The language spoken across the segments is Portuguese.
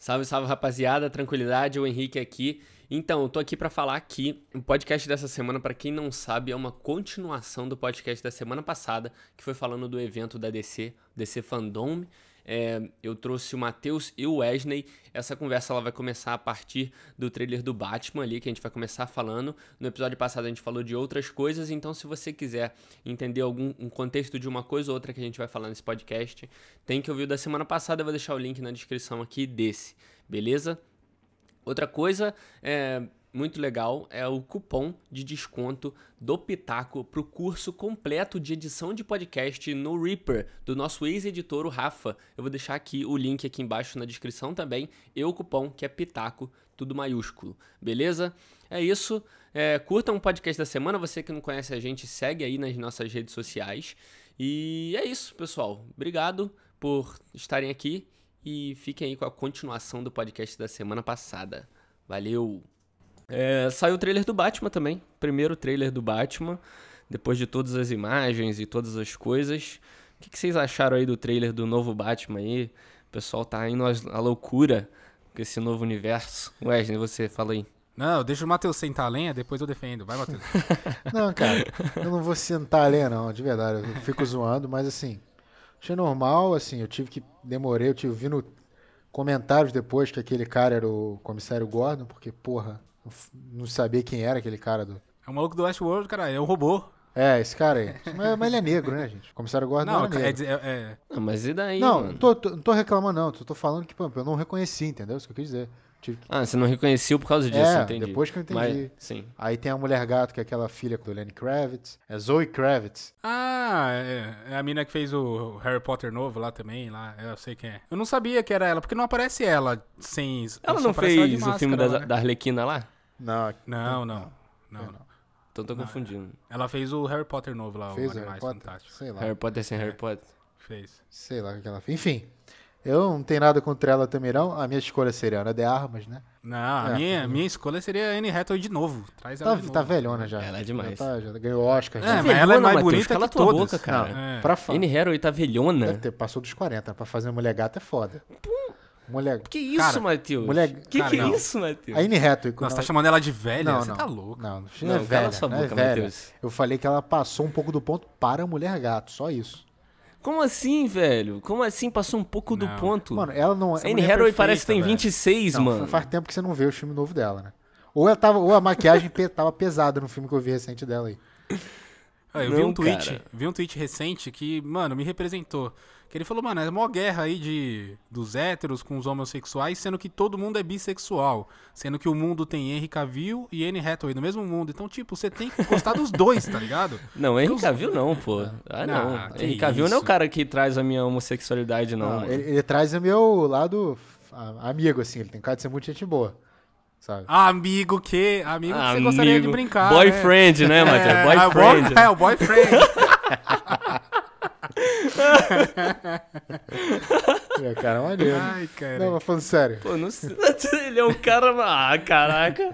Salve, salve, rapaziada, tranquilidade, o Henrique aqui. Então, eu tô aqui pra falar que o podcast dessa semana, pra quem não sabe, é uma continuação do podcast da semana passada, que foi falando do evento da DC Fandom. Eu trouxe o Matheus e o Wesley. Essa conversa ela vai começar a partir do trailer do Batman ali, que a gente vai começar falando. No episódio passado a gente falou de outras coisas, então se você quiser entender um contexto de uma coisa ou outra que a gente vai falar nesse podcast, tem que ouvir o da semana passada, eu vou deixar o link na descrição aqui desse, beleza? Outra coisa muito legal é o cupom de desconto do Pitaco para o curso completo de edição de podcast no Reaper, do nosso ex-editor, o Rafa. Eu vou deixar aqui o link aqui embaixo na descrição também, e o cupom que é Pitaco, tudo maiúsculo, beleza? É isso, curtam o podcast da semana, você que não conhece a gente, segue aí nas nossas redes sociais. E é isso, pessoal. Obrigado por estarem aqui e fiquem aí com a continuação do podcast da semana passada. Valeu! Saiu o trailer do Batman também, primeiro trailer do Batman, depois de todas as imagens e todas as coisas. O que vocês acharam aí do trailer do novo Batman aí? O pessoal tá indo à loucura com esse novo universo. Wesley, você, fala aí. Não, deixa o Matheus sentar a lenha, depois eu defendo. Vai, Matheus. Não, cara, eu não vou sentar a lenha não, de verdade, eu fico zoando, mas assim, achei normal, assim, eu tive vindo comentários depois que aquele cara era o comissário Gordon, porque, porra, não sabia quem era aquele cara do... É o maluco do Westworld, cara, é um robô. Esse cara aí. Mas ele é negro, né, gente? O comissário Gordon não é negro. Não, mas e daí, não, mano? não tô reclamando não, tô falando que, pô, eu não reconheci, entendeu? Isso que eu quis dizer. Você não reconheceu por causa disso, entendi. Depois que eu entendi. Mas, sim. Aí tem a Mulher Gato, que é aquela filha do Lenny Kravitz. É Zoe Kravitz. É a mina que fez o Harry Potter novo lá também, lá, eu sei quem é. Eu não sabia que era ela, porque não aparece ela sem... Ela não aparece ela de fez o máscara, filme lá, né? da Arlequina lá? Não. Então tô confundindo. Ela fez o Harry Potter novo lá, Fez o Animais Harry Potter? Fantásticos. Sei lá. Harry Potter sem Harry Potter? Fez. Sei lá o que ela fez. Enfim, eu não tenho nada contra ela também não. A minha escolha seria Ana de Armas, né? Não, a minha escolha seria a Anne Hathaway de novo. Traz ela de novo. Tá velhona já. Ela é demais. Já ganhou Oscar. Já. Mas ela é mais Matheus, bonita cala que tua todas. boca, cara. Pra Anne Hathaway tá velhona. Passou dos 40. Pra fazer Mulher Gata é foda. Mulher... Que isso, Cara, Matheus? Que é isso, Matheus? A Anne Hathaway... Nossa, tá chamando ela de velha? Não, Você tá louco. Não Não, é cala velha. sua não boca, é velha. Matheus. Eu falei que ela passou um pouco do ponto para a Mulher Gato. Só isso. Como assim, velho? Como assim passou um pouco do ponto? Mano, ela não é... Anne Hathaway parece que tem 26, não, mano. Faz tempo que você não vê o filme novo dela, né? Ou a maquiagem tava pesada no filme que eu vi recente dela aí. Eu vi um tweet recente que, mano, me representou. Que ele falou, mano, é uma guerra aí dos héteros com os homossexuais, sendo que todo mundo é bissexual. Sendo que o mundo tem Henry Cavill e Anne Hathaway no mesmo mundo. Então, tipo, você tem que gostar dos dois, tá ligado? Não, Henry Cavill não, pô. Não. Henry Cavill não é o cara que traz a minha homossexualidade, não. Ele traz o meu lado amigo, assim. Ele tem cara de ser muito gente boa, sabe? Amigo que você gostaria de brincar, boyfriend, né, Matheus? Boyfriend. O boyfriend. Cara, é maneiro. Ai, cara. Não, mas falando sério. Pô, não sei. Ele é um cara... Ah, caraca.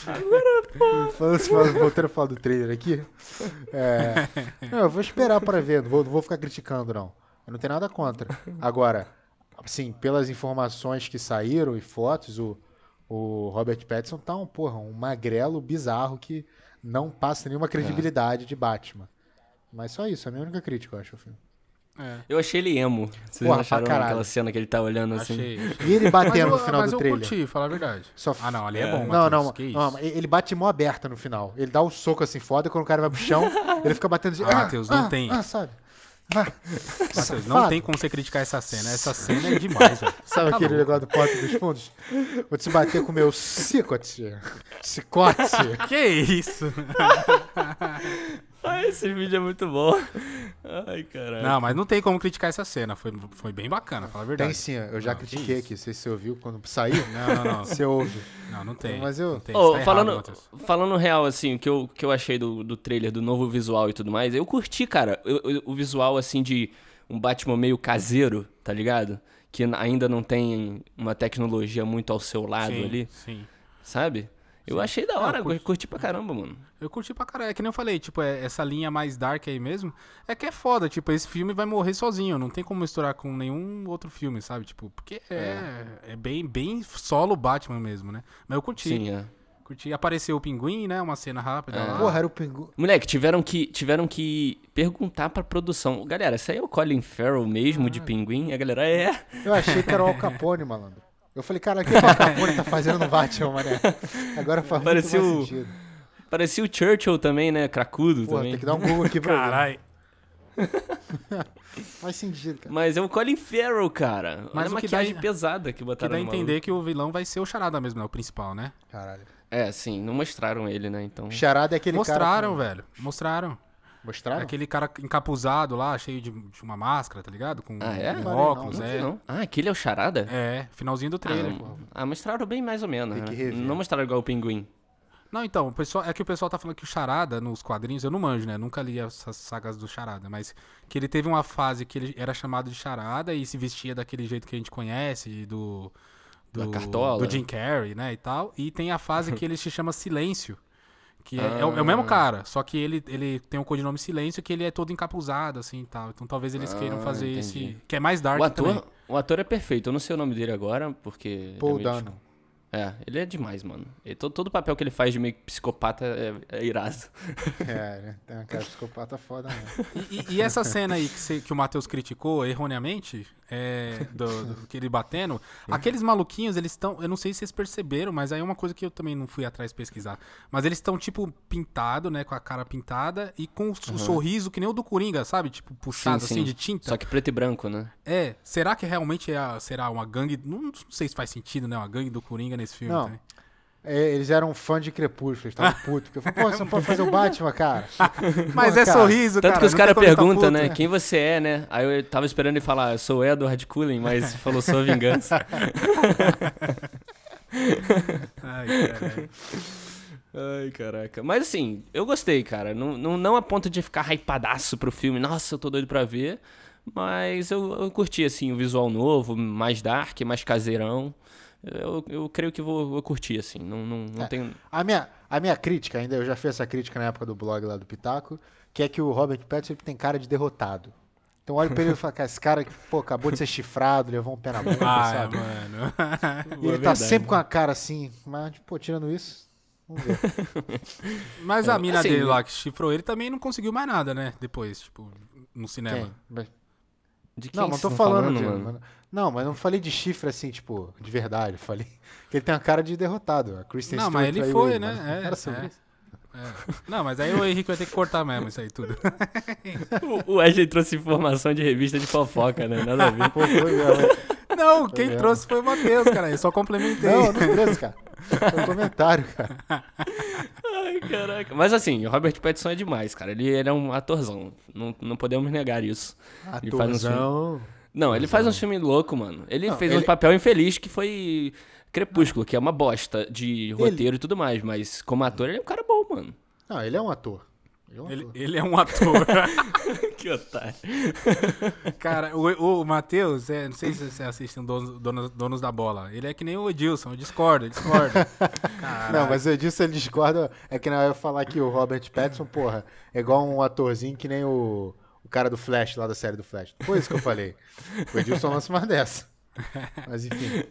Voltando a falar do trailer aqui. Não, eu vou esperar pra ver. Não vou ficar criticando, não. Eu não tenho nada contra. Agora, assim, pelas informações que saíram e fotos, o Robert Pattinson tá um magrelo bizarro que não passa nenhuma credibilidade de Batman. Mas só isso, é a minha única crítica, eu acho, o filme. Eu achei ele emo. Vocês acharam aquela cena que ele tá olhando assim? Achei. E ele batendo no final do trailer. Mas eu curti, falar a verdade. Não, ali é bom, Matheus, não, ele bate mão aberta no final. Ele dá um soco assim foda e quando o cara vai pro chão, ele fica batendo de... Matheus, não tem. Sabe? Matheus, não tem como você criticar essa cena. Essa cena é demais, velho. Sabe aquele negócio do Porta dos Fundos? Vou te bater com o meu cicote. Que isso? Esse vídeo é muito bom. Ai, caralho. Não, mas não tem como criticar essa cena. Foi bem bacana, fala a verdade. Tem sim, eu já critiquei aqui. Não sei se você ouviu quando saiu. Não. Você ouve. Não tem. Mas eu... Não tem. Tá falando real, assim, o que eu achei do trailer, do novo visual e tudo mais, eu curti, cara. O visual, assim, de um Batman meio caseiro, tá ligado? Que ainda não tem uma tecnologia muito ao seu lado ali. Sim. Sabe? Eu achei da hora, eu curti pra caramba, mano. Eu curti pra caralho. É que nem eu falei, tipo, essa linha mais dark aí mesmo. É que é foda, tipo, esse filme vai morrer sozinho. Não tem como misturar com nenhum outro filme, sabe? Tipo, porque é bem solo Batman mesmo, né? Mas eu curti. Sim, é. Curti. Apareceu o Pinguim, né? Uma cena rápida lá. Porra, era o Pinguim. Moleque, tiveram que perguntar pra produção. Galera, esse aí é o Colin Farrell mesmo, de Pinguim? A galera, Eu achei que era o Al Capone, malandro. Eu falei, cara, o que o Al Capone tá fazendo no Batman, mané? Agora faz muito mais sentido. Parecia o Churchill também, né? Cracudo Pô, também. tem que dar um Google aqui pra Caralho. Faz sentido, cara. Mas é o Colin Farrell, cara. Mas Olha a o que maquiagem dá- pesada que Que botaram dá a no entender maluco. que o vilão vai ser o Charada mesmo, né? O principal, né? Caralho. É, sim, não mostraram ele, né? Então. O Charada é aquele Mostraram, cara... velho. Mostraram. Mostraram? Aquele cara encapuzado lá, cheio de uma máscara, tá ligado? Com Ah, é? um Não, óculos, Não vi, é. não. Ah, aquele é o Charada? É, finalzinho do trailer. Mostraram bem mais ou menos. Tem que Né? rever. Não mostraram igual o Pinguim. Não, então, é que o pessoal tá falando que o Charada, nos quadrinhos, eu não manjo, né? Nunca li essas sagas do Charada, mas que ele teve uma fase que ele era chamado de Charada e se vestia daquele jeito que a gente conhece, Da Cartola. do Jim Carrey, né, e tal. E tem a fase que ele se chama Silêncio, que é o mesmo cara, só que ele tem um codinome Silêncio, que ele é todo encapuzado, assim, e tal. Então talvez eles queiram fazer entendi. esse... Que é mais dark O ator, também. o ator é perfeito. Eu não sei o nome dele agora, porque... Paul ele é meio Dano. ele é demais, mano. Todo papel que ele faz de meio psicopata é irado. É, tem uma cara de psicopata foda, né? E essa cena aí que o Matheus criticou erroneamente, que ele batendo, aqueles maluquinhos, eles estão, eu não sei se vocês perceberam, mas aí é uma coisa que eu também não fui atrás pesquisar, mas eles estão tipo pintado, né, com a cara pintada e com o sorriso que nem o do Coringa, sabe? Tipo puxado assim de tinta. Só que preto e branco, né? Será que realmente será uma gangue, não sei se faz sentido, né, uma gangue do Coringa nesse filme Não. também. Eles eram fã de Crepúsculo, eles estavam putos. Porque eu falei, pô, você não pode fazer o Batman, cara. Mas Porra, é cara. sorriso, Tanto cara. que os não caras tem como ele tá perguntam, puto. né? Quem você é, né? Aí eu tava esperando ele falar, eu sou o Edward Cullen, mas falou, sou a vingança. Ai, caralho. Ai, caraca. Mas assim, eu gostei, cara. Não a ponto de ficar hypadaço pro filme. Nossa, eu tô doido pra ver. Mas eu curti, assim, o visual novo, mais dark, mais caseirão. Eu creio que vou curtir, assim. Não tenho... A minha crítica, ainda eu já fiz essa crítica na época do blog lá do Pitaco, que é que o Robert Pattinson tem cara de derrotado. Então olha pra ele e fala, cara, esse cara que, pô, acabou de ser chifrado, levou um pé na bunda, sabe? Mano. E ele tá sempre com a cara assim, mas, pô, tirando isso, vamos ver. Mas a mina assim, dele lá que chifrou ele também não conseguiu mais nada, né? Depois, tipo, no cinema. Quem? De quem Não, que não tô vocês tão falando, mano? Não, mas não falei de chifre assim, tipo, de verdade. Eu falei que ele tem uma cara de derrotado. A Kristen Não, Stewart mas ele traiu foi, ele, né? mas não era sobre isso. Não, mas aí o Henrique vai ter que cortar mesmo isso aí tudo. O Wesley trouxe informação de revista de fofoca, né? Nada a ver. Pô, foi mesmo. Não, quem mesmo. trouxe foi o Matheus, cara. Eu só complementei. Não, não trouxe, cara. Foi um comentário, cara. Ai, caraca. Mas assim, o Robert Pattinson é demais, cara. Ele é um atorzão. Não podemos negar isso. Ele faz uns filmes... Atorzão. Não, ele faz um filme louco, mano. Ele Não, fez um ele- papel infeliz que foi Crepúsculo, que é uma bosta de roteiro e tudo mais. Mas como ator, ele é um cara bom, mano. Não, ele é um ator. Ele é um ator. Ele é um ator. Que otário. Cara, o Matheus, não sei se você assiste Donos da Bola. Ele é que nem o Edilson, eu discordo. Caralho. Não, mas disso ele discorda. É que não eu falar que o Robert Pattinson, porra, é igual um atorzinho que nem o cara do Flash, lá da série do Flash. Foi isso que eu falei. O Edilson lança uma dessa. Mas enfim.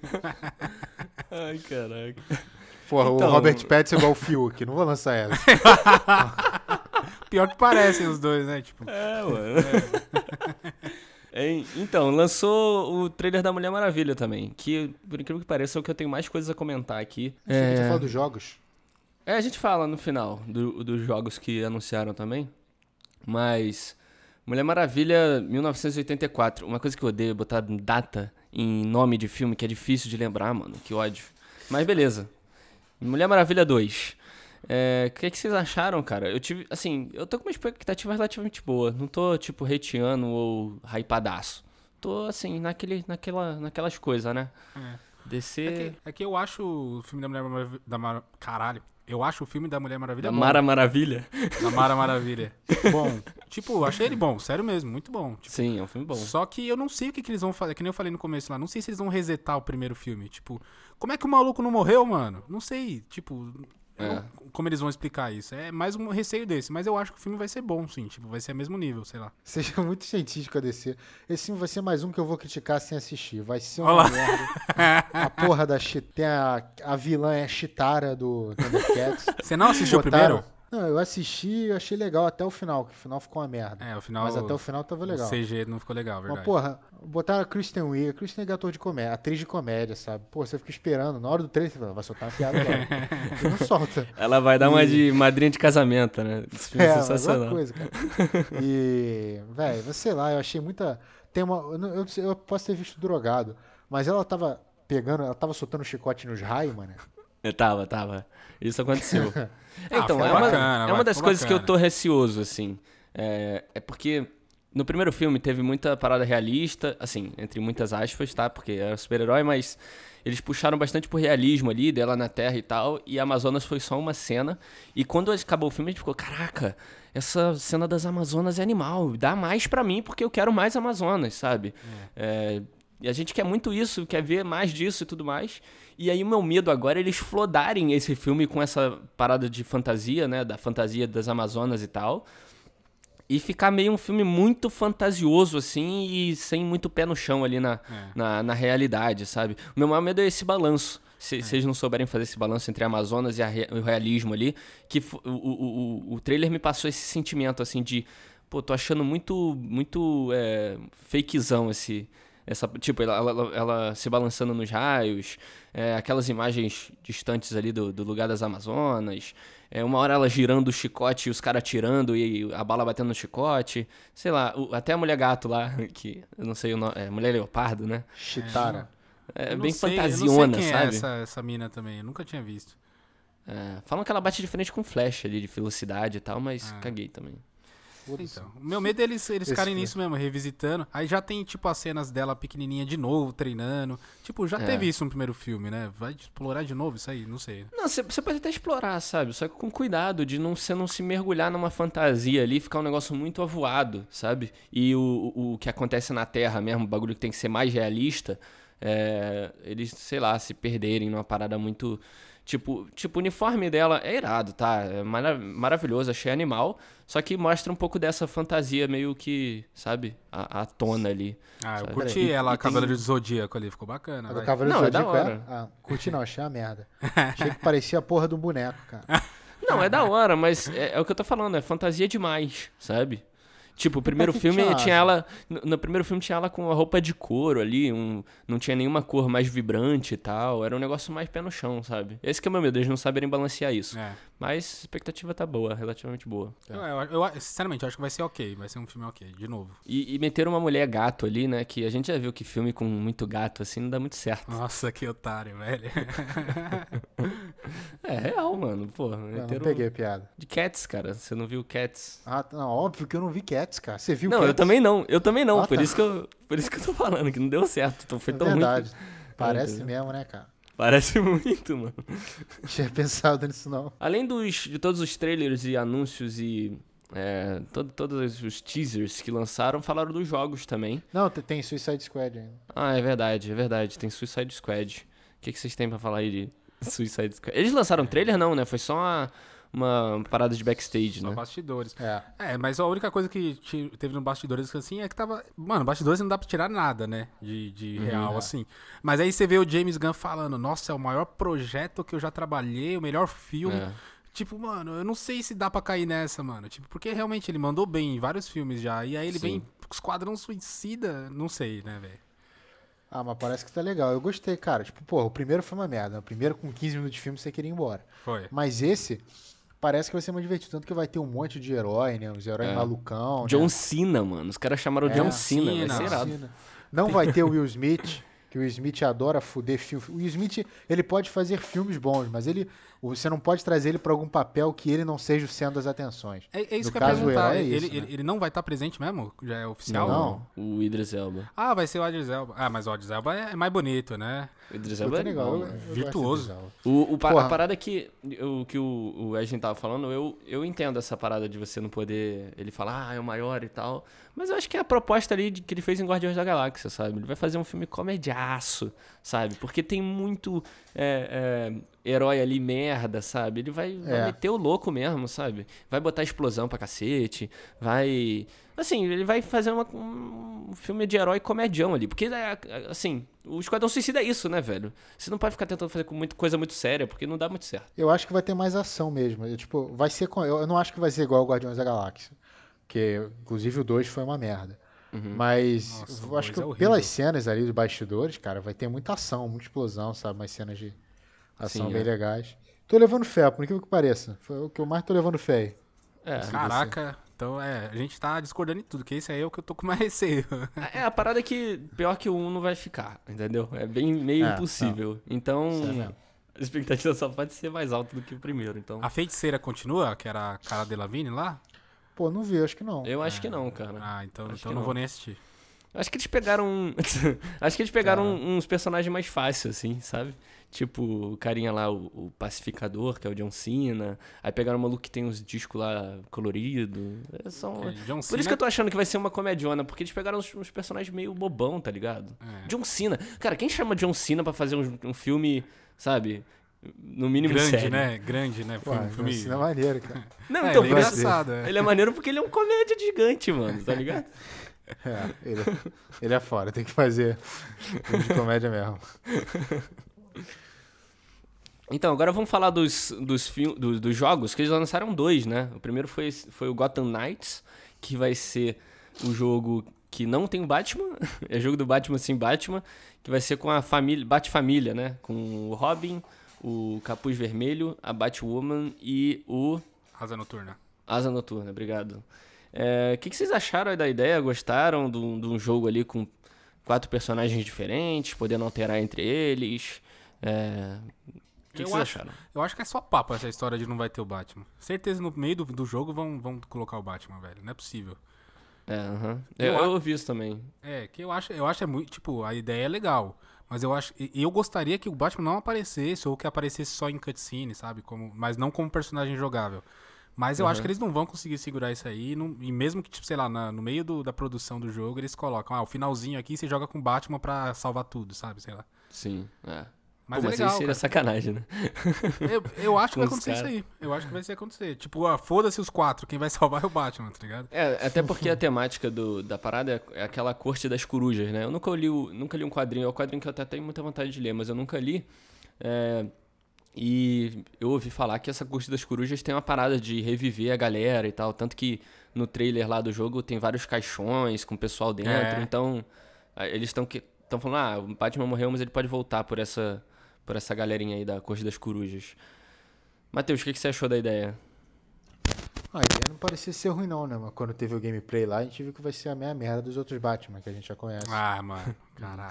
Ai, caraca. Porra, Então- o Robert Pattinson é igual o Fiuk. Não vou lançar essa. Pior que parecem os dois, né? Tipo, Mano. Hein? Então, lançou o trailer da Mulher Maravilha também. Que, por incrível que pareça, é o que eu tenho mais coisas a comentar aqui. Achei que a gente ia falar dos jogos. A gente fala no final dos jogos que anunciaram também. Mas Mulher Maravilha 1984. Uma coisa que eu odeio é botar data em nome de filme, que é difícil de lembrar, mano. Que ódio. Mas beleza. Mulher Maravilha 2. O que vocês acharam, cara? Eu tô com uma expectativa relativamente boa. Não tô, tipo, hateando ou hypadaço. Tô, assim, naquelas coisas, né? DC... É que eu acho o filme da Mulher Maravilha... Caralho. Eu acho o filme da Mulher Maravilha Da bom. Mara Maravilha. Da Mara Maravilha. Bom. Tipo, achei ele bom. Sério mesmo. Muito bom. Tipo, Sim, é um filme bom. só que eu não sei o que eles vão fazer. Que nem eu falei no começo lá. Não sei se eles vão resetar o primeiro filme. Tipo, como é que o maluco não morreu, mano? Não sei. Tipo, como eles vão explicar isso. É mais um receio desse, mas eu acho que o filme vai ser bom, sim. Tipo, vai ser mesmo nível, sei lá. Seja muito científico a DC. Esse filme vai ser mais um que eu vou criticar sem assistir. Vai ser uma merda. A porra da a vilã é a Chitara do Thundercats. Você não assistiu o primeiro? Não, eu assisti e achei legal até o final, que o final ficou uma merda. O final... Mas até o final tava legal. O CG não ficou legal, verdade. Mas, porra, botaram a Kristen Wiig. A Kristen Wiig é ator de comédia, atriz de comédia, sabe? Pô, você fica esperando. Na hora do trailer, você fala, vai soltar uma piada agora. E não solta. Ela vai dar uma de madrinha de casamento, né? Esse filme é sensacional. É coisa, cara. E, velho, sei lá, eu achei muita... Eu posso ter visto drogado, mas ela tava soltando chicote nos raios, mano. Tava. Isso aconteceu. Então, é uma das coisas que eu tô receoso, assim. É porque no primeiro filme teve muita parada realista, assim, entre muitas aspas, tá? Porque era super-herói, mas eles puxaram bastante pro realismo ali, dela na Terra e tal, e Amazonas foi só uma cena. E quando acabou o filme, a gente ficou, caraca, essa cena das Amazonas é animal, dá mais pra mim porque eu quero mais Amazonas, sabe? E a gente quer muito isso, quer ver mais disso e tudo mais. E aí o meu medo agora é eles flodarem esse filme com essa parada de fantasia, né? Da fantasia das Amazonas e tal. E ficar meio um filme muito fantasioso, assim, e sem muito pé no chão ali na realidade, sabe? O meu maior medo é esse balanço. Se eles não souberem fazer esse balanço entre a Amazonas e o realismo ali, que o trailer me passou esse sentimento, assim, de... Pô, tô achando muito fakezão tipo, ela se balançando nos raios, aquelas imagens distantes ali do lugar das Amazonas, uma hora ela girando o chicote e os caras atirando e a bala batendo no chicote, sei lá, até a mulher gato lá, que eu não sei o nome, mulher leopardo, né? Chitara. Bem fantasiona, eu não sei sabe? É essa mina também, eu nunca tinha visto. Falam que ela bate de frente com flecha ali, de velocidade e tal, mas caguei também. Então, o meu medo é eles ficarem nisso mesmo, revisitando. Aí já tem, tipo, as cenas dela pequenininha de novo, treinando. Tipo, já teve isso no primeiro filme, né? Vai explorar de novo isso aí? Não sei. Não, você pode até explorar, sabe? Só que com cuidado de você não se mergulhar numa fantasia ali, ficar um negócio muito avoado, sabe? E o que acontece na Terra mesmo, o bagulho que tem que ser mais realista, eles, sei lá, se perderem numa parada muito... Tipo, o uniforme dela é irado, tá? É maravilhoso, achei animal. Só que mostra um pouco dessa fantasia meio que, sabe? A tona ali. Eu curti ela, a Cavaleiro do Zodíaco ali, ficou bacana. A Cavaleiro do Zodíaco é da hora. Curti não, achei uma merda. Achei que parecia a porra do boneco, cara. Não, é da hora, mas é o que eu tô falando, é fantasia demais, sabe? Tipo, o primeiro filme tinha ela... No primeiro filme tinha ela com a roupa de couro ali, não tinha nenhuma cor mais vibrante e tal. Era um negócio mais pé no chão, sabe? Esse que é o meu medo, eles não saberem balancear isso. Mas a expectativa tá boa, relativamente boa. Eu sinceramente, acho que vai ser ok. Vai ser um filme ok, de novo. E meteram uma mulher gato ali, né? Que a gente já viu que filme com muito gato, assim, não dá muito certo. Nossa, que otário, velho. É real, mano. Pô, não peguei a piada. De Cats, cara. Você não viu Cats? Não, óbvio que eu não vi Cats, cara. Você viu Cats? Não, eu também não. Por isso que eu tô falando, que não deu certo. Então foi tão verdade. ruim. Parece mesmo, né, cara? Parece muito, mano. Não tinha pensado nisso, não. Além de todos os trailers e anúncios e todos os teasers que lançaram, falaram dos jogos também. Não, tem Suicide Squad ainda. É verdade. Tem Suicide Squad. O que vocês têm pra falar aí de Suicide Squad? Eles lançaram trailer não, né? Foi só uma parada de backstage, né? Só bastidores. Mas a única coisa que teve no bastidores assim é que tava... Mano, bastidores não dá pra tirar nada, né? De real, assim. Mas aí você vê o James Gunn falando, nossa, é o maior projeto que eu já trabalhei, o melhor filme. Tipo, mano, eu não sei se dá pra cair nessa, mano. Tipo, porque realmente ele mandou bem em vários filmes já. E aí ele vem com Esquadrão Suicida, não sei, né, velho? Mas parece que tá legal. Eu gostei, cara. Tipo, porra, o primeiro foi uma merda. O primeiro com 15 minutos de filme você queria ir embora. Foi. Mas esse... Parece que vai ser mais divertido, tanto que vai ter um monte de herói, né? Os heróis malucão. John Cena, mano. Os caras chamaram John Cena, vai ser irado. Não vai ter o Will Smith, que o Will Smith adora fuder filme. O Will Smith, ele pode fazer filmes bons, mas você não pode trazer ele pra algum papel que ele não seja o centro das atenções. É isso no que caso, eu ia perguntar. né? Ele não vai estar presente mesmo? Já é oficial? Não, o Idris Elba. Vai ser o Idris Elba. Mas o Idris Elba é mais bonito, né? O Idris Elba é legal, virtuoso. A parada que o Edgen tava falando, eu entendo essa parada de você não poder... Ele falar, é o maior e tal. Mas eu acho que é a proposta ali que ele fez em Guardiões da Galáxia, sabe? Ele vai fazer um filme comediar fracasso, sabe? Porque tem muito herói ali merda, sabe? Ele vai meter o louco mesmo, sabe? Vai botar explosão pra cacete, vai... Assim, ele vai fazer um filme de herói comedião ali. Porque, assim, o Esquadrão Suicida é isso, né, velho? Você não pode ficar tentando fazer coisa muito séria, porque não dá muito certo. Eu acho que vai ter mais ação mesmo. Vai ser... Eu não acho que vai ser igual ao Guardiões da Galáxia. Que, inclusive, o 2 foi uma merda. Mas eu acho que pelas cenas ali dos bastidores, cara, vai ter muita ação, muita explosão, sabe? Mais cenas de ação bem legais. Tô levando fé, por incrível que pareça. Foi o que eu mais tô levando fé aí. Caraca... Então, a gente tá discordando em tudo, que esse aí é o que eu tô com mais receio. A parada é que pior que o 1 não vai ficar, entendeu? É meio impossível. Não. Então, a expectativa só pode ser mais alta do que o primeiro, então... A Feiticeira continua, que era a Cara Delevingne lá? Pô, não vi, acho que não. Eu acho que não, cara. Então não vou nem assistir. Acho que eles pegaram... uns personagens mais fáceis, assim, sabe? Tipo, o carinha lá, o pacificador, que é o John Cena. Aí pegaram um maluco que tem uns discos lá coloridos. Por isso que eu tô achando que vai ser uma comediona, porque eles pegaram uns personagens meio bobão, tá ligado? John Cena. Cara, quem chama John Cena pra fazer um filme, sabe... No mínimo grande, sério. né? Grande, né? Filme... John Cena é maneiro, cara. Não, então, ele é engraçado. Ele é maneiro porque ele é um comédia gigante, mano, tá ligado? Ele é fora, tem que fazer filme de comédia mesmo. Então, agora vamos falar dos jogos, que eles lançaram 2, né? O primeiro foi o Gotham Knights, que vai ser o jogo que não tem o Batman, é jogo do Batman sem Batman, que vai ser com a família, Bat-família, né? Com o Robin, o Capuz Vermelho, a Batwoman e o... Asa Noturna. Asa Noturna, obrigado. O que vocês acharam aí da ideia? Gostaram de um jogo ali com 4 personagens diferentes, podendo alterar entre eles? O que vocês acharam? Eu acho que é só papo essa história de não vai ter o Batman. Certeza no meio do jogo vão colocar o Batman, velho. Não é possível. Eu ouvi isso também. Que eu acho é muito... Tipo, a ideia é legal. Mas eu gostaria que o Batman não aparecesse, ou que aparecesse só em cutscene, sabe? Mas não como personagem jogável. Mas eu acho que eles não vão conseguir segurar isso aí. E mesmo que, tipo, sei lá, no meio da produção do jogo, eles colocam, o finalzinho aqui você joga com o Batman pra salvar tudo, sabe? Sei lá. Sim, Mas é legal, isso seria sacanagem, né? Eu acho que vai acontecer isso aí. Eu acho que vai acontecer. Tipo, foda-se os 4, quem vai salvar é o Batman, tá ligado? Até porque a temática da parada é aquela corte das corujas, né? Eu nunca li um quadrinho, é um quadrinho que eu até tenho muita vontade de ler, mas eu nunca li. E eu ouvi falar que essa corte das corujas tem uma parada de reviver a galera e tal. Tanto que no trailer lá do jogo tem vários caixões com o pessoal dentro. Então, eles estão falando, o Batman morreu, mas ele pode voltar por essa galerinha aí da corte das corujas. Matheus, o que você achou da ideia? A ideia não parecia ser ruim não, né? Mas quando teve o gameplay lá, a gente viu que vai ser a mesma merda dos outros Batman, que a gente já conhece. Mano, caraca.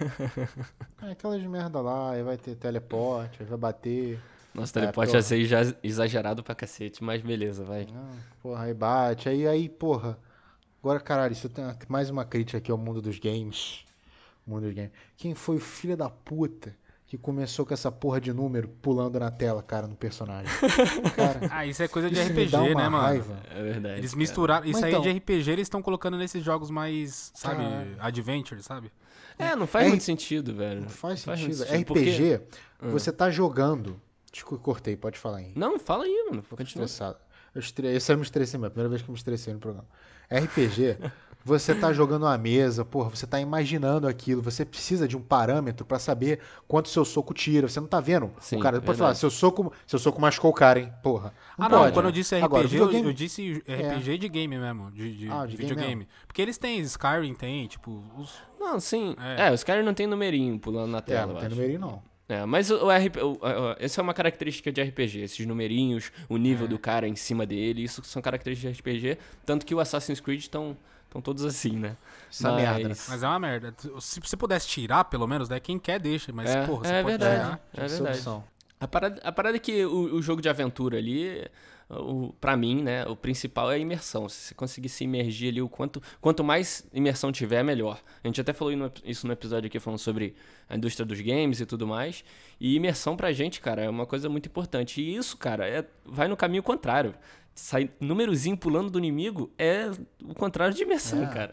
Aquelas merda lá, aí vai ter teleporte, aí vai bater. Nossa, teleporte ia ser já exagerado pra cacete, mas beleza, vai. Porra, aí bate, aí, porra. Agora, caralho, isso tem mais uma crítica aqui ao mundo dos games. Quem foi o filho da puta que começou com essa porra de número pulando na tela, cara, no personagem? Cara, isso é coisa de RPG, né, mano? Raiva. É verdade. Eles misturaram. Isso aí de RPG, eles estão colocando nesses jogos mais, sabe, adventure, sabe? Não faz muito sentido, velho. Não faz sentido. RPG, você tá jogando. Desculpa, cortei, pode falar aí. Não, fala aí, mano. Continua. Esse eu me estressei, a primeira vez que eu me estressei no programa. RPG, você tá jogando uma mesa, porra, você tá imaginando aquilo, você precisa de um parâmetro pra saber quanto seu soco tira, você não tá vendo? Sim, o cara pode falar, seu soco machucou o cara, hein, porra. Não, quando eu disse RPG, agora, eu disse RPG de game mesmo, de videogame. Porque eles têm, Skyrim tem, tipo... Não, sim. O Skyrim não tem numerinho pulando na tela, não tem numerinho não. Mas essa é uma característica de RPG, esses numerinhos, o nível do cara em cima dele, isso são características de RPG, tanto que o Assassin's Creed estão todos assim, né? Merda. Mas é uma merda. Se você pudesse tirar, pelo menos, né? Quem quer deixa, mas porra, você pode tirar. É verdade. A parada é que o jogo de aventura ali, pra mim, né, o principal é a imersão. Se você conseguir se imergir ali, quanto mais imersão tiver, melhor. A gente até falou isso no episódio aqui, falando sobre a indústria dos games e tudo mais. E imersão pra gente, cara, é uma coisa muito importante. E isso, cara, vai no caminho contrário. Sai númerozinho pulando do inimigo é o contrário de imersão, cara.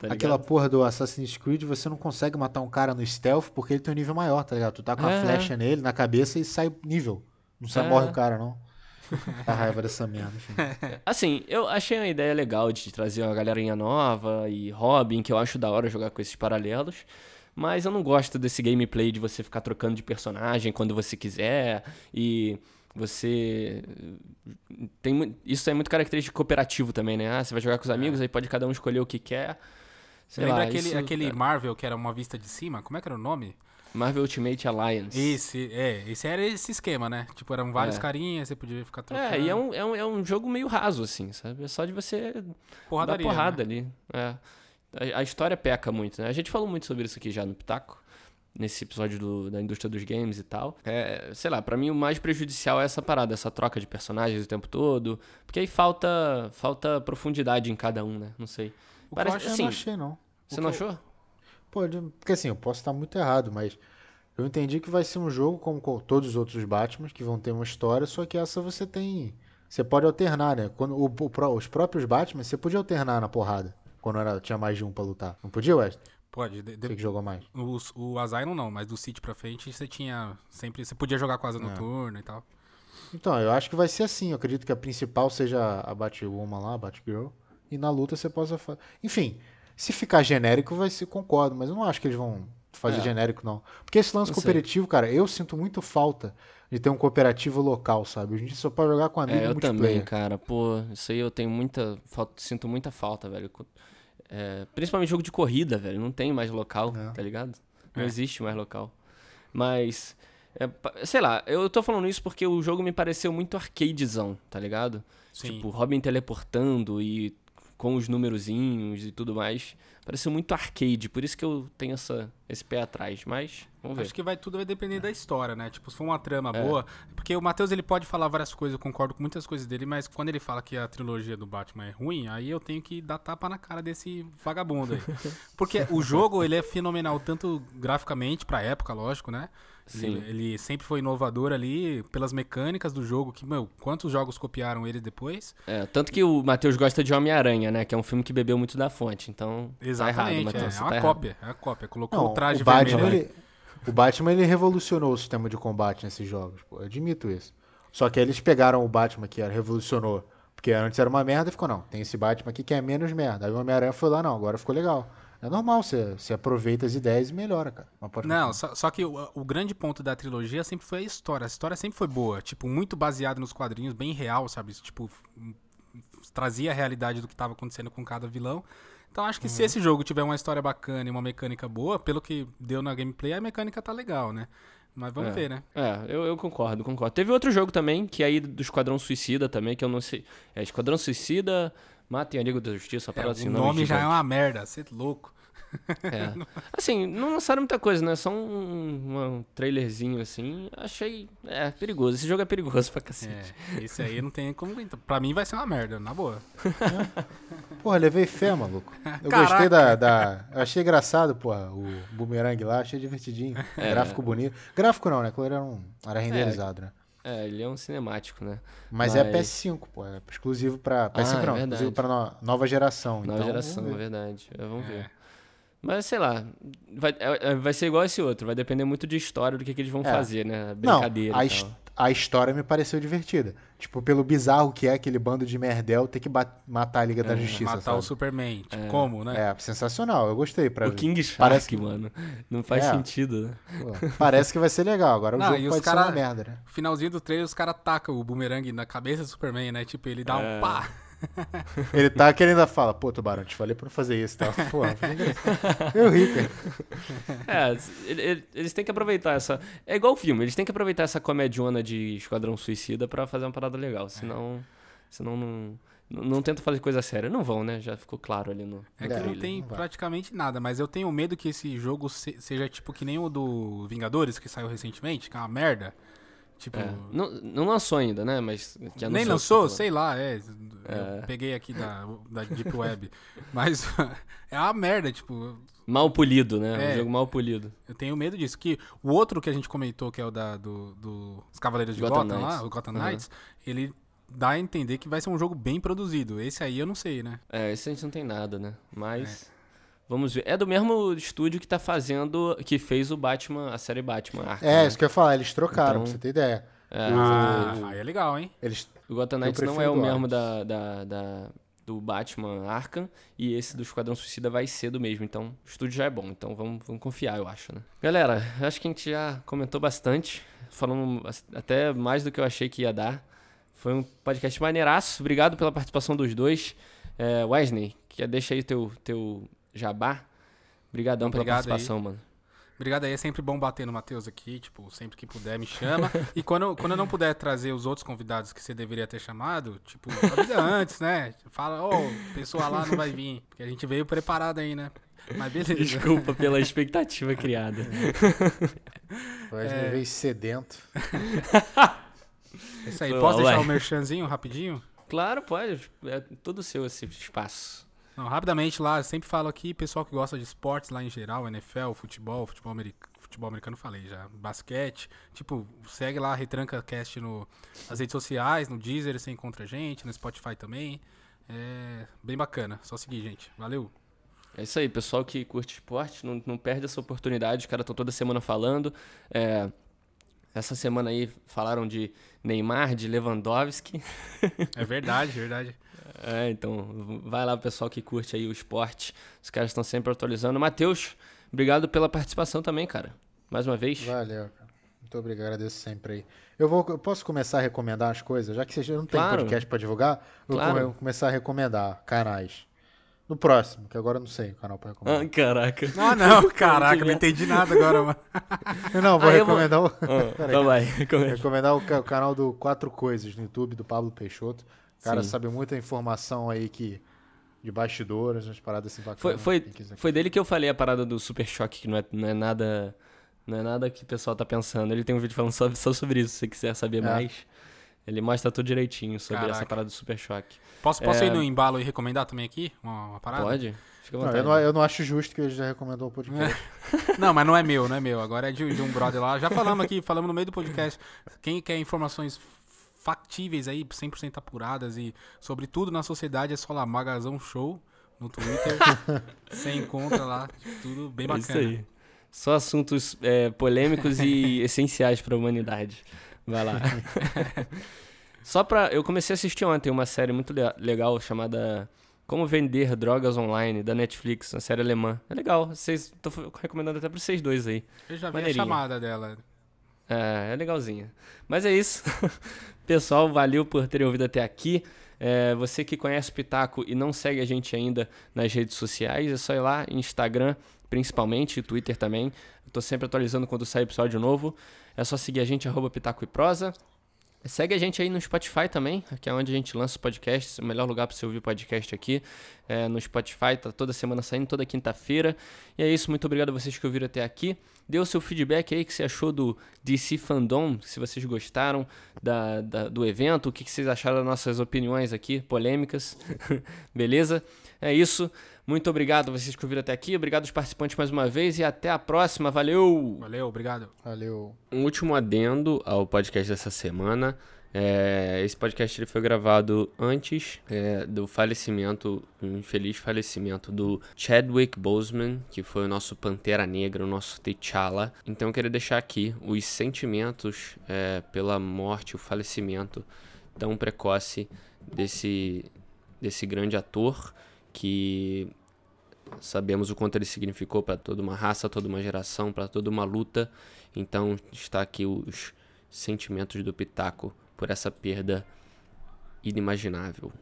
ligado? Aquela porra do Assassin's Creed, você não consegue matar um cara no stealth porque ele tem um nível maior, tá ligado? Tu tá com a flecha nele, na cabeça e sai nível. Não sai, morre o cara, não. A raiva dessa merda, enfim. Assim, eu achei uma ideia legal de trazer uma galerinha nova e Robin, que eu acho da hora jogar com esses paralelos. Mas eu não gosto desse gameplay de você ficar trocando de personagem quando você quiser. E você... Isso é muito característico cooperativo também, né? Ah, você vai jogar com os amigos, aí pode cada um escolher o que quer. Você lembra aquele Marvel que era uma vista de cima? Como é que era o nome? Marvel Ultimate Alliance. Esse era esse esquema, né? Tipo, eram vários carinhas, você podia ficar trocando. E é um jogo meio raso, assim, sabe? É só de você dar porrada, né? Ali. A história peca muito, né? A gente falou muito sobre isso aqui já no Pitaco, nesse episódio da indústria dos games e tal. Sei lá, pra mim o mais prejudicial é essa parada, essa troca de personagens o tempo todo, porque aí falta profundidade em cada um, né? Não sei. Parece assim. Eu não achei, não. Você não achou? Porque assim, eu posso estar muito errado, mas eu entendi que vai ser um jogo como todos os outros Batman, que vão ter uma história, só que essa você tem... Você pode alternar, né? Quando os próprios Batman, você podia alternar na porrada, quando tinha mais de um pra lutar. Não podia, Wesley? Pode. Você que jogou mais. O Asylum não, mas do City pra frente você tinha sempre... Você podia jogar com asa noturna e tal. Então, eu acho que vai ser assim. Eu acredito que a principal seja a Batwoman lá, a Batgirl, e na luta você possa... Enfim... Se ficar genérico, concordo, mas eu não acho que eles vão fazer genérico, não. Porque esse lance cooperativo, cara, eu sinto muito falta de ter um cooperativo local, sabe? A gente só pode jogar com amigo eu multiplayer. Também, cara. Pô, isso aí eu tenho sinto muita falta, velho. Principalmente jogo de corrida, velho. Não tem mais local, tá ligado? Não existe mais local. Mas, sei lá, eu tô falando isso porque o jogo me pareceu muito arcadezão, tá ligado? Sim. Tipo, Robin teleportando e com os numerozinhos e tudo mais. Pareceu muito arcade, por isso que eu tenho esse pé atrás, mas vamos ver. Acho que tudo vai depender da história, né? Tipo, se for uma trama boa... Porque o Matheus, ele pode falar várias coisas, eu concordo com muitas coisas dele, mas quando ele fala que a trilogia do Batman é ruim, aí eu tenho que dar tapa na cara desse vagabundo aí. Porque o jogo, ele é fenomenal, tanto graficamente, pra época, lógico, né? Sim. Ele sempre foi inovador ali pelas mecânicas do jogo, que, quantos jogos copiaram ele depois? Tanto que o Matheus gosta de Homem-Aranha, né? Que é um filme que bebeu muito da fonte, então exatamente, tá errado, Matheus, é uma cópia, é uma cópia. Colocou o traje Batman, vermelho. O Batman, ele revolucionou o sistema de combate nesses jogos, pô, eu admito isso. Só que eles pegaram o Batman que revolucionou, porque antes era uma merda e ficou, não, tem esse Batman aqui que é menos merda. Aí o Homem-Aranha foi lá, não, agora ficou legal. É normal, você aproveita as ideias e melhora, cara. Não, só que o grande ponto da trilogia sempre foi a história. A história sempre foi boa, tipo, muito baseada nos quadrinhos, bem real, sabe? Tipo, trazia a realidade do que estava acontecendo com cada vilão. Então acho que se esse jogo tiver uma história bacana e uma mecânica boa, pelo que deu na gameplay, a mecânica tá legal, né? Mas vamos ver, né? Eu concordo. Teve outro jogo também, que aí do Esquadrão Suicida também, que eu não sei... Esquadrão Suicida... Matem a Liga da Justiça, assim, o nome já é uma merda, você é louco. Assim, não lançaram muita coisa, né? Só um trailerzinho assim. Achei perigoso. Esse jogo é perigoso pra cacete. Esse aí não tem como... Pra mim vai ser uma merda, na boa. Porra, levei fé, maluco. Eu gostei eu achei engraçado, porra, o Boomerang lá, achei divertidinho. Gráfico bonito. Gráfico não, né? Aquilo era renderizado, né? Ele é um cinemático, né? Mas é PS5, pô. É exclusivo pra... PS5 não, exclusivo pra nova geração. Nova geração, é verdade. Vamos ver. Mas, sei lá, vai ser igual esse outro. Vai depender muito de história, do que eles vão fazer, né? Brincadeira e tal. A história me pareceu divertida. Tipo, pelo bizarro que é aquele bando de merdel ter que matar a Liga da Justiça, matar sabe? o Superman. Tipo, como, né? Sensacional. Eu gostei. O King Shark, mano. Não faz sentido, né? Pô, parece que vai ser legal. Agora o jogo pode ser uma merda, né? No finalzinho do trailer, os caras tacam o boomerang na cabeça do Superman, né? Tipo, ele dá um pá. Ele tá querendo ainda fala, pô, Tubarão, te falei pra não fazer isso, tá? Pô, eu ri, cara. Eles têm que aproveitar essa... É igual o filme, eles têm que aproveitar essa comediona de Esquadrão Suicida pra fazer uma parada legal, senão não tenta fazer coisa séria. Não vão, né? Já ficou claro ali no trailer. Não tem praticamente nada, mas eu tenho medo que esse jogo seja tipo que nem o do Vingadores, que saiu recentemente, que é uma merda. Tipo... Não lançou ainda, né? Mas nem lançou, sei lá, eu peguei aqui da Deep Web. Mas é uma merda, tipo... Mal polido, né? Um jogo mal polido. Eu tenho medo disso. Que o outro que a gente comentou, que é o dos Cavaleiros de Gotham lá, o Gotham Knights, ele dá a entender que vai ser um jogo bem produzido. Esse aí eu não sei, né? Esse a gente não tem nada, né? Mas... Vamos ver. É do mesmo estúdio que tá fazendo, que fez o Batman, a série Batman Arkham, É, né? isso que eu ia falar, eles trocaram, Então, pra você ter ideia. Aí é legal, hein? O Gotham Eu Knights não é prefiro o do mesmo Arkham. do Batman Arkham, e esse do Esquadrão Suicida vai ser do mesmo, então o estúdio já é bom, então vamos confiar, eu acho, né? Galera, acho que a gente já comentou bastante, falando até mais do que eu achei que ia dar. Foi um podcast maneiraço, obrigado pela participação dos dois. Wesley, deixa aí teu jabá. Obrigadão pela participação, mano. Obrigado aí, é sempre bom bater no Matheus aqui, tipo, sempre que puder me chama. E quando eu não puder trazer os outros convidados que você deveria ter chamado, tipo, avisa antes, né? Fala, o pessoal lá não vai vir, porque a gente veio preparado aí, né? Mas beleza. Desculpa pela expectativa criada. Wesley veio sedento. É isso aí, posso deixar o merchanzinho rapidinho? Claro, pode. É tudo seu esse espaço. Não, rapidamente lá, eu sempre falo aqui, pessoal que gosta de esportes lá em geral, NFL, futebol americano falei já, basquete, tipo, segue lá, Retranca Cast nas redes sociais, no Deezer você encontra a gente, no Spotify também, é bem bacana, só seguir, gente, valeu! É isso aí, pessoal que curte esporte, não perde essa oportunidade, os caras estão toda semana falando, essa semana aí falaram de Neymar, de Lewandowski. É verdade, verdade. Então vai lá, pessoal que curte aí o esporte. Os caras estão sempre atualizando. Matheus, obrigado pela participação também, cara. Mais uma vez. Valeu, cara. Muito obrigado, agradeço sempre aí. Eu posso começar a recomendar as coisas? Já que você não tem podcast pra divulgar, eu vou começar a recomendar canais. No próximo, que agora eu não sei o canal pra recomendar. Caraca. Não, caraca, não entendi nada agora, mano. Não, vou recomendar Então vai, recomendar o canal do Quatro Coisas no YouTube, do Pablo Peixoto. O cara Sim. sabe muita informação aí de bastidores, umas paradas assim bacanas. Foi dele que eu falei a parada do Super Choque, que não é nada que o pessoal tá pensando. Ele tem um vídeo falando só sobre isso, se você quiser saber mais. Ele mostra tudo direitinho sobre essa parada do Super Choque. Posso ir no embalo e recomendar também aqui uma parada? Pode, fica à vontade. Eu não acho justo que ele já recomendou o podcast. Não, mas não é meu. Agora é de um brother lá. Já falamos no meio do podcast. Quem quer informações factíveis aí, 100% apuradas e sobre tudo na sociedade, é só lá, Magazão Show no Twitter. Você encontra lá, tudo bem bacana. Isso aí. Só assuntos polêmicos e essenciais para a humanidade. Vai lá. Eu comecei a assistir ontem uma série muito legal chamada Como Vender Drogas Online, da Netflix, uma série alemã. É legal, tô recomendando até para vocês dois aí. Eu já vi a chamada dela. É legalzinha. Mas é isso. Pessoal, valeu por terem ouvido até aqui. Você que conhece o Pitaco e não segue a gente ainda nas redes sociais, é só ir lá, Instagram principalmente, Twitter também. Eu tô sempre atualizando quando sai episódio novo. É só seguir a gente, @Pitaco e Prosa. Segue a gente aí no Spotify também, que é onde a gente lança os podcasts, o melhor lugar para você ouvir podcast aqui. No Spotify, tá toda semana saindo, toda quinta-feira. E é isso, muito obrigado a vocês que ouviram até aqui. Dê o seu feedback aí, o que você achou do DC Fandom, se vocês gostaram do evento, o que vocês acharam das nossas opiniões aqui, polêmicas. Beleza? É isso, muito obrigado a vocês que ouviram até aqui, obrigado aos participantes mais uma vez e até a próxima, valeu! Valeu, obrigado. Valeu. Um último adendo ao podcast dessa semana. Esse podcast ele foi gravado antes do infeliz falecimento do Chadwick Boseman, que foi o nosso Pantera Negra, o nosso T'Challa. Então eu queria deixar aqui os sentimentos pela morte, o falecimento tão precoce desse grande ator, que sabemos o quanto ele significou para toda uma raça, toda uma geração, para toda uma luta. Então está aqui os sentimentos do Pitaco por essa perda inimaginável.